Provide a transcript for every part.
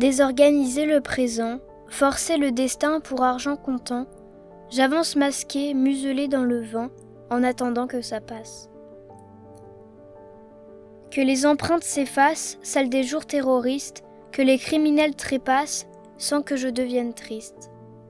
Désorganiser le présent, forcer le destin pour argent comptant, j'avance masqué, muselé dans le vent, en attendant que ça passe. Que les empreintes s'effacent, celles des jours terroristes, que les criminels trépassent, sans que je devienne triste.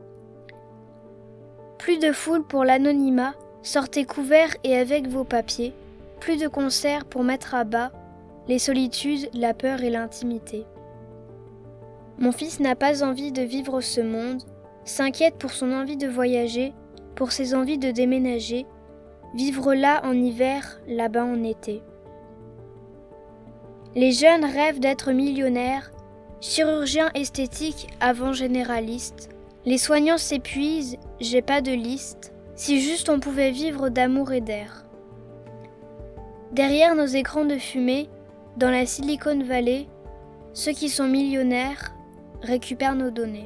Plus de foule pour l'anonymat, sortez couverts et avec vos papiers, plus de concerts pour mettre à bas les solitudes, la peur et l'intimité. Mon fils n'a pas envie de vivre ce monde, s'inquiète pour son envie de voyager, pour ses envies de déménager, vivre là en hiver, là-bas en été. Les jeunes rêvent d'être millionnaires, chirurgiens esthétiques avant généralistes. Les soignants s'épuisent, j'ai pas de liste, si juste on pouvait vivre d'amour et d'air. Derrière nos écrans de fumée, dans la Silicon Valley, ceux qui sont millionnaires récupèrent nos données.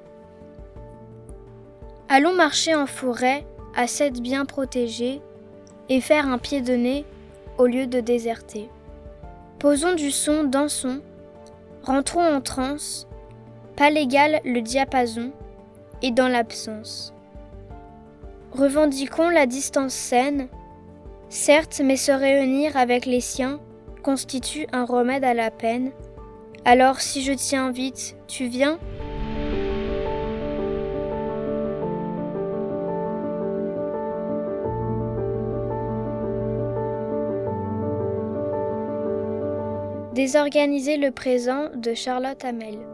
Allons marcher en forêt, à 7 bien protégés, et faire un pied de nez au lieu de déserter. Posons du son, dansons, rentrons en transe, pas légal le diapason, et dans l'absence. Revendiquons la distance saine, certes, mais se réunir avec les siens constitue un remède à la peine. Alors si je t'y invite, tu viens ? Désorganiser le présent de Charlotte Hamel.